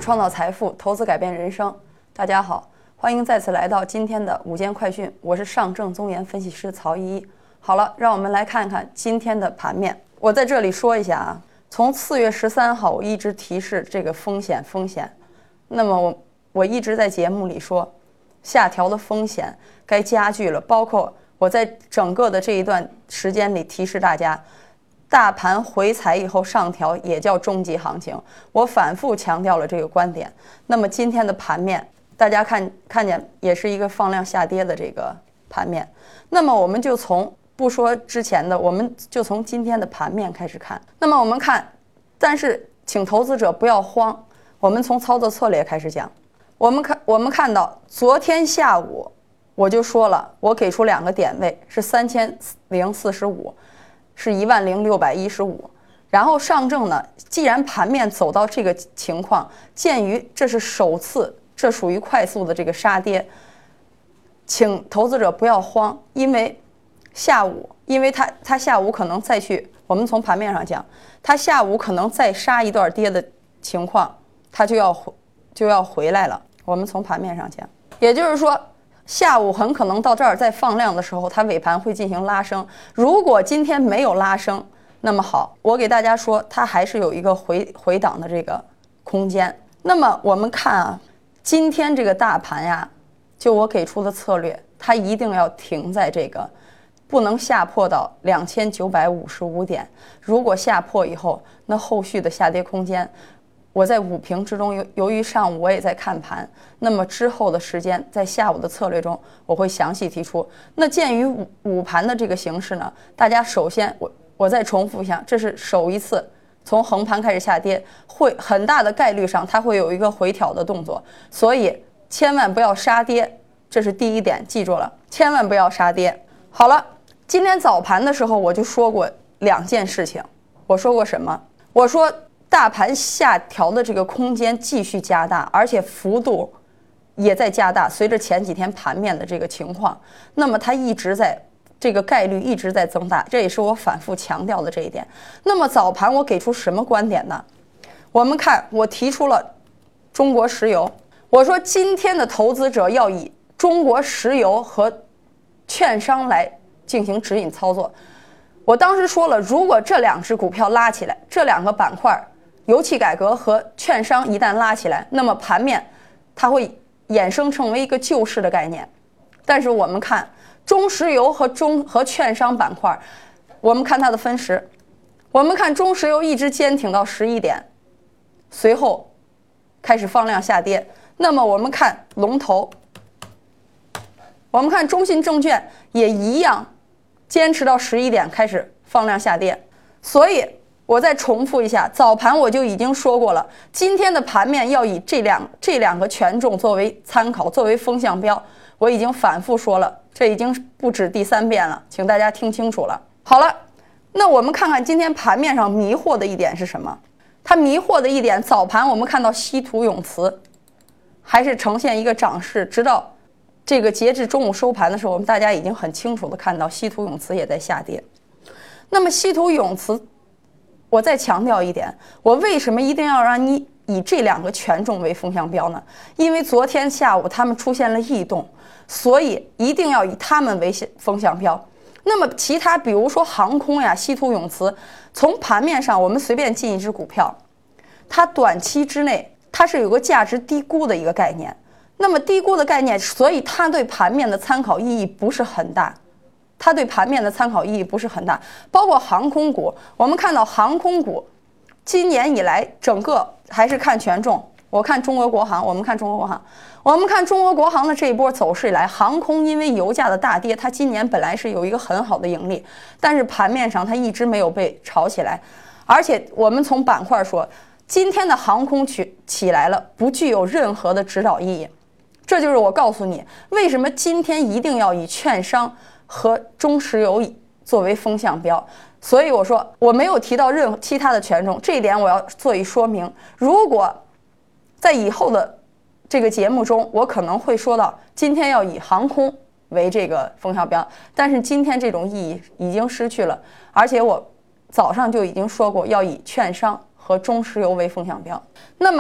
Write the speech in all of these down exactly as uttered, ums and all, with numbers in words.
创造财富，投资改变人生。大家好，欢迎再次来到今天的午间快讯，我是上证综研分析师曹依依。好了，让我们来看看今天的盘面。我在这里说一下啊，从四月十三号我一直提示这个风险风险，那么我我一直在节目里说，下调的风险该加剧了，包括我在整个的这一段时间里提示大家。大盘回踩以后上调也叫终极行情，我反复强调了这个观点。那么今天的盘面，大家看看见也是一个放量下跌的这个盘面。那么我们就从不说之前的，我们就从今天的盘面开始看。那么我们看，但是请投资者不要慌，我们从操作策略开始讲。我们看我们看到昨天下午我就说了，我给出两个点位是三千零四十五。是一万零六百一十五，然后上证呢，既然盘面走到这个情况，鉴于这是首次，这属于快速的这个杀跌，请投资者不要慌，因为下午，因为它它下午可能再去，我们从盘面上讲，它下午可能再杀一段跌的情况，它就要就要回来了。我们从盘面上讲，也就是说。下午很可能到这儿再放量的时候，它尾盘会进行拉升。如果今天没有拉升，那么好，我给大家说，它还是有一个回回档的这个空间。那么我们看啊，今天这个大盘呀，就我给出的策略，它一定要停在这个，不能下破到两千九百五十五点。如果下破以后，那后续的下跌空间。我在午评之中，由由于上午我也在看盘，那么之后的时间在下午的策略中，我会详细提出。那鉴于午午盘的这个形势呢，大家首先我我再重复一下，这是首一次从横盘开始下跌，会很大的概率上它会有一个回调的动作，所以千万不要杀跌，这是第一点，记住了，千万不要杀跌。好了，今天早盘的时候我就说过两件事情，我说过什么？我说。大盘下调的这个空间继续加大，而且幅度也在加大。随着前几天盘面的这个情况，那么它一直在这个概率一直在增大，这也是我反复强调的这一点。那么早盘我给出什么观点呢？我们看，我提出了中国石油，我说今天的投资者要以中国石油和券商来进行指引操作。我当时说了，如果这两只股票拉起来，这两个板块。油气改革和券商一旦拉起来，那么盘面它会衍生成为一个救市的概念。但是我们看中石油和中和券商板块，我们看它的分时，我们看中石油一直坚挺到十一点，随后开始放量下跌。那么我们看龙头，我们看中信证券也一样，坚持到十一点开始放量下跌。所以。我再重复一下，早盘我就已经说过了，今天的盘面要以这两这两个权重作为参考，作为风向标，我已经反复说了，这已经不止第三遍了，请大家听清楚了。好了，那我们看看今天盘面上迷惑的一点是什么？它迷惑的一点，早盘我们看到稀土永磁还是呈现一个涨势，直到这个截至中午收盘的时候，我们大家已经很清楚的看到稀土永磁也在下跌。那么稀土永磁。我再强调一点，我为什么一定要让你以这两个权重为风向标呢？因为昨天下午他们出现了异动，所以一定要以他们为风向标。那么其他比如说航空呀、稀土永磁，从盘面上我们随便进一只股票，它短期之内它是有个价值低估的一个概念。那么低估的概念，所以它对盘面的参考意义不是很大。它对盘面的参考意义不是很大，包括航空股，我们看到航空股今年以来整个还是看权重。我看中国国航，我们看中国国航，我们看中国国航的这一波走势以来，航空因为油价的大跌，它今年本来是有一个很好的盈利，但是盘面上它一直没有被炒起来。而且我们从板块说，今天的航空起起来了，不具有任何的指导意义。这就是我告诉你，为什么今天一定要以券商和中石油作为风向标，所以我说我没有提到任何其他的权重，这一点我要做一说明。如果在以后的这个节目中，我可能会说到今天要以航空为这个风向标，但是今天这种意义已经失去了，而且我早上就已经说过要以券商和中石油为风向标。那么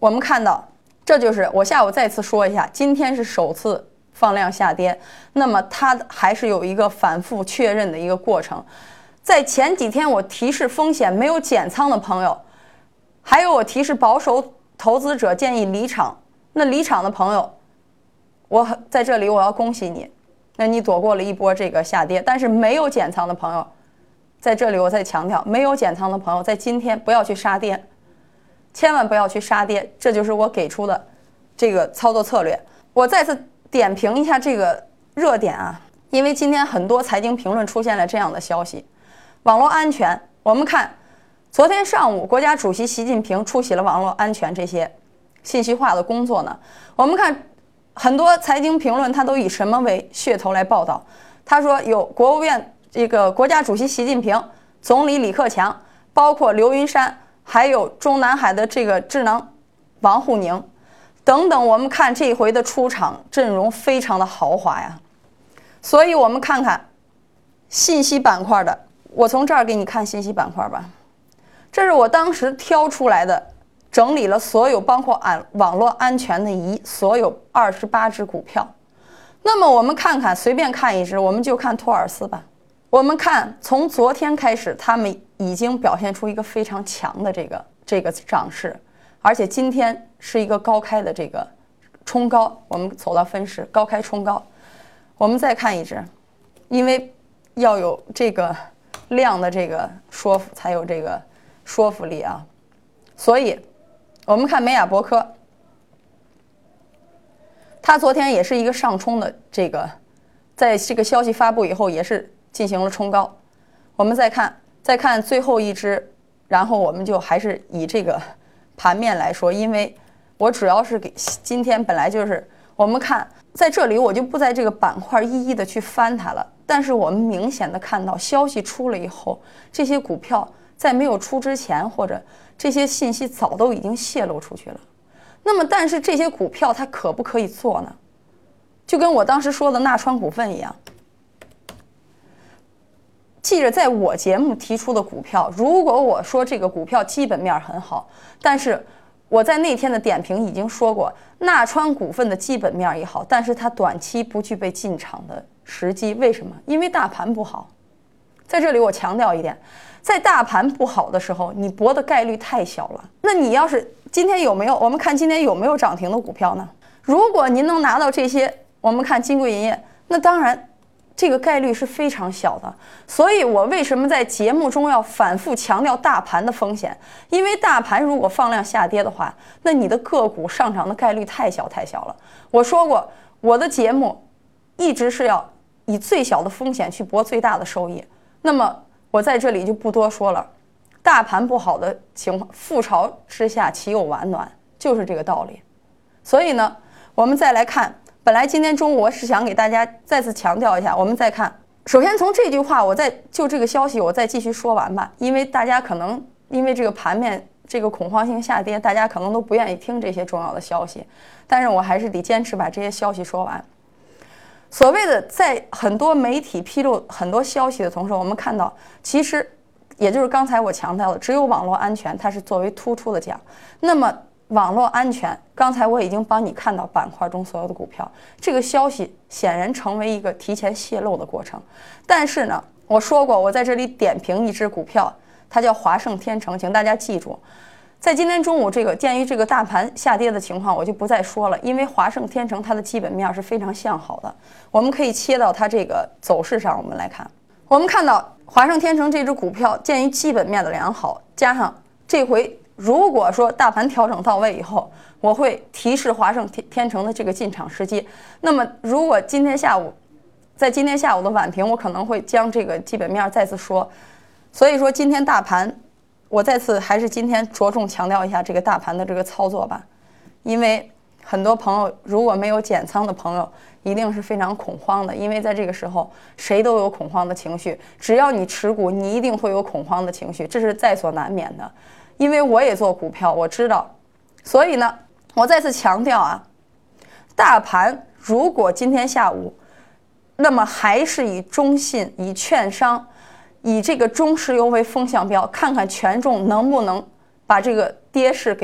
我们看到，这就是我下午再次说一下，今天是首次放量下跌，那么它还是有一个反复确认的一个过程。在前几天我提示风险没有减仓的朋友，还有我提示保守投资者建议离场，那离场的朋友，我在这里我要恭喜你，那你躲过了一波这个下跌。但是没有减仓的朋友，在这里我再强调，没有减仓的朋友在今天不要去杀跌，千万不要去杀跌，这就是我给出的这个操作策略。我再次点评一下这个热点啊，因为今天很多财经评论出现了这样的消息，网络安全，我们看昨天上午国家主席习近平出席了网络安全这些信息化的工作呢，我们看很多财经评论他都以什么为噱头来报道，他说有国务院这个国家主席习近平、总理李克强，包括刘云山，还有中南海的这个智囊王沪宁等等，我们看这一回的出场阵容非常的豪华呀。所以我们看看信息板块的，我从这儿给你看信息板块吧。这是我当时挑出来的，整理了所有包括安网络安全的一所有二十八只股票。那么我们看看，随便看一只，我们就看托尔斯吧。我们看从昨天开始，他们已经表现出一个非常强的这个这个涨势，而且今天是一个高开的这个冲高。我们走到分时，高开冲高。我们再看一只，因为要有这个量的这个说服，才有这个说服力啊。所以我们看美雅博科，它昨天也是一个上冲的这个，在这个消息发布以后也是进行了冲高。我们再看再看最后一只，然后我们就还是以这个盘面来说，因为我主要是给今天本来就是我们看在这里，我就不在这个板块一一的去翻它了。但是我们明显的看到，消息出了以后，这些股票在没有出之前，或者这些信息早都已经泄露出去了。那么，但是这些股票它可不可以做呢？就跟我当时说的纳川股份一样。记着，在我节目提出的股票，如果我说这个股票基本面很好，但是我在那天的点评已经说过，纳川股份的基本面也好，但是它短期不具备进场的时机。为什么？因为大盘不好。在这里我强调一点，在大盘不好的时候，你博的概率太小了。那你要是今天有没有，我们看今天有没有涨停的股票呢？如果您能拿到这些，我们看金贵银业，那当然这个概率是非常小的。所以我为什么在节目中要反复强调大盘的风险？因为大盘如果放量下跌的话，那你的个股上涨的概率太小太小了。我说过，我的节目一直是要以最小的风险去博最大的收益。那么我在这里就不多说了，大盘不好的情况，覆巢之下岂有完卵，就是这个道理。所以呢，我们再来看，本来今天中午我是想给大家再次强调一下，我们再看，首先从这句话，我再就这个消息我再继续说完吧，因为大家可能因为这个盘面这个恐慌性下跌，大家可能都不愿意听这些重要的消息，但是我还是得坚持把这些消息说完。所谓的在很多媒体披露很多消息的同时，我们看到其实也就是刚才我强调的，只有网络安全它是作为突出的讲。那么网络安全，刚才我已经帮你看到板块中所有的股票，这个消息显然成为一个提前泄露的过程。但是呢，我说过，我在这里点评一只股票，它叫华盛天成，请大家记住。在今天中午这个鉴于这个大盘下跌的情况，我就不再说了，因为华盛天成它的基本面是非常向好的。我们可以切到它这个走势上，我们来看，我们看到华盛天成这只股票，鉴于基本面的良好，加上这回如果说大盘调整到位以后，我会提示华盛天成的这个进场时机。那么如果今天下午，在今天下午的晚评，我可能会将这个基本面再次说。所以说今天大盘，我再次还是今天着重强调一下这个大盘的这个操作吧，因为很多朋友如果没有减仓的朋友，一定是非常恐慌的，因为在这个时候谁都有恐慌的情绪，只要你持股，你一定会有恐慌的情绪，这是在所难免的。因为我也做股票，我知道，所以呢，我再次强调啊，大盘如果今天下午，那么还是以中信、以券商、以这个中石油为风向标，看看权重能不能把这个跌势给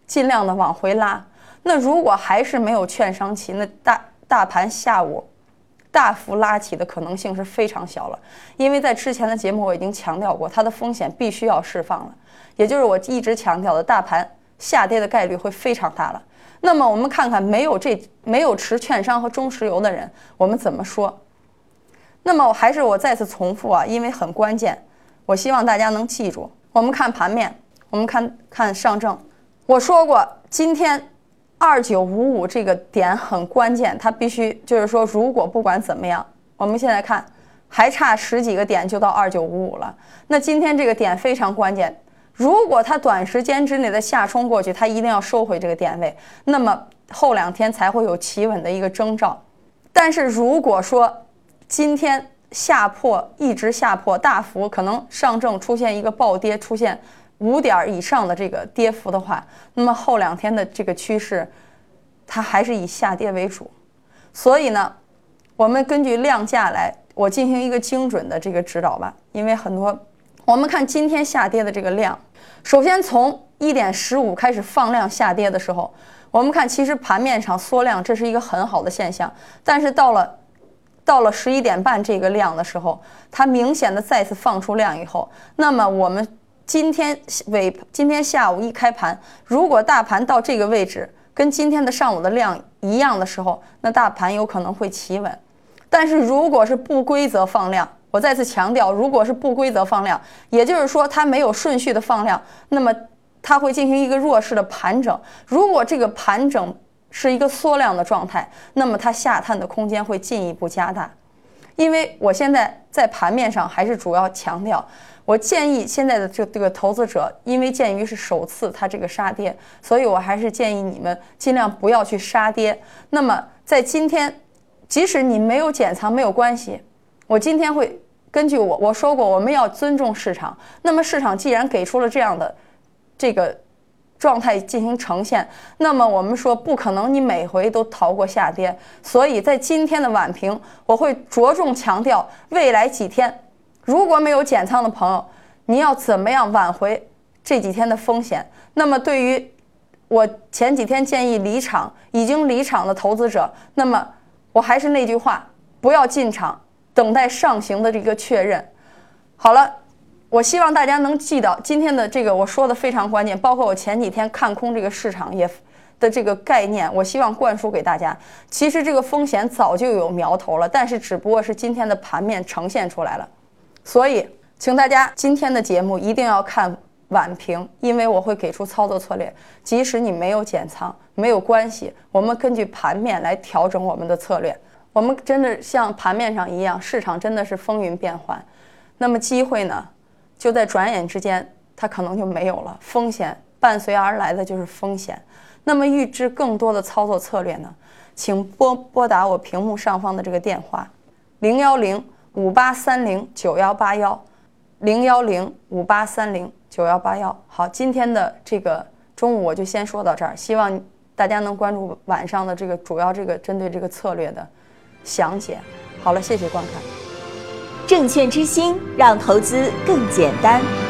尽量的往回拉。那如果还是没有券商起，那大大盘下午大幅拉起的可能性是非常小了，因为在之前的节目我已经强调过，它的风险必须要释放了，也就是我一直强调的，大盘下跌的概率会非常大了。那么我们看看没有这没有持券商和中石油的人，我们怎么说？那么还是我再次重复啊，因为很关键，我希望大家能记住。我们看盘面，我们看看上证，我说过今天二九五五这个点很关键，它必须就是说，如果不管怎么样，我们现在看还差十几个点就到二九五五了。那今天这个点非常关键，如果它短时间之内的下冲过去，它一定要收回这个点位，那么后两天才会有企稳的一个征兆。但是如果说今天下破一直下破大幅，可能上证出现一个暴跌，出现五点以上的这个跌幅的话，那么后两天的这个趋势它还是以下跌为主。所以呢，我们根据量价来我进行一个精准的这个指导吧。因为很多我们看今天下跌的这个量，首先从一点十五开始放量下跌的时候，我们看其实盘面上缩量，这是一个很好的现象。但是到了到了十一点半这个量的时候，它明显的再次放出量以后，那么我们今天尾今天下午一开盘，如果大盘到这个位置跟今天的上午的量一样的时候，那大盘有可能会企稳。但是如果是不规则放量，我再次强调，如果是不规则放量，也就是说它没有顺序的放量，那么它会进行一个弱势的盘整。如果这个盘整是一个缩量的状态，那么它下探的空间会进一步加大。因为我现在在盘面上还是主要强调，我建议现在的这这个投资者，因为鉴于是首次它这个杀跌，所以我还是建议你们尽量不要去杀跌。那么在今天，即使你没有减仓没有关系，我今天会根据我我说过，我们要尊重市场。那么市场既然给出了这样的这个状态进行呈现，那么我们说不可能你每回都逃过下跌。所以在今天的晚评，我会着重强调未来几天如果没有减仓的朋友，你要怎么样挽回这几天的风险。那么对于我前几天建议离场已经离场的投资者，那么我还是那句话，不要进场，等待上行的这个确认。好了，我希望大家能记到今天的这个我说的非常关键，包括我前几天看空这个市场也的这个概念，我希望灌输给大家。其实这个风险早就有苗头了，但是只不过是今天的盘面呈现出来了。所以请大家今天的节目一定要看晚评，因为我会给出操作策略，即使你没有减仓没有关系，我们根据盘面来调整我们的策略。我们真的像盘面上一样，市场真的是风云变幻，那么机会呢就在转眼之间它可能就没有了，风险伴随而来的就是风险。那么预知更多的操作策略呢，请拨拨打我屏幕上方的这个电话零幺零五八三零九幺八幺零幺零五八三零九幺八幺。好，今天的这个中午我就先说到这儿，希望大家能关注晚上的这个主要这个针对这个策略的详解。好了，谢谢观看。 证券之星，让投资更简单。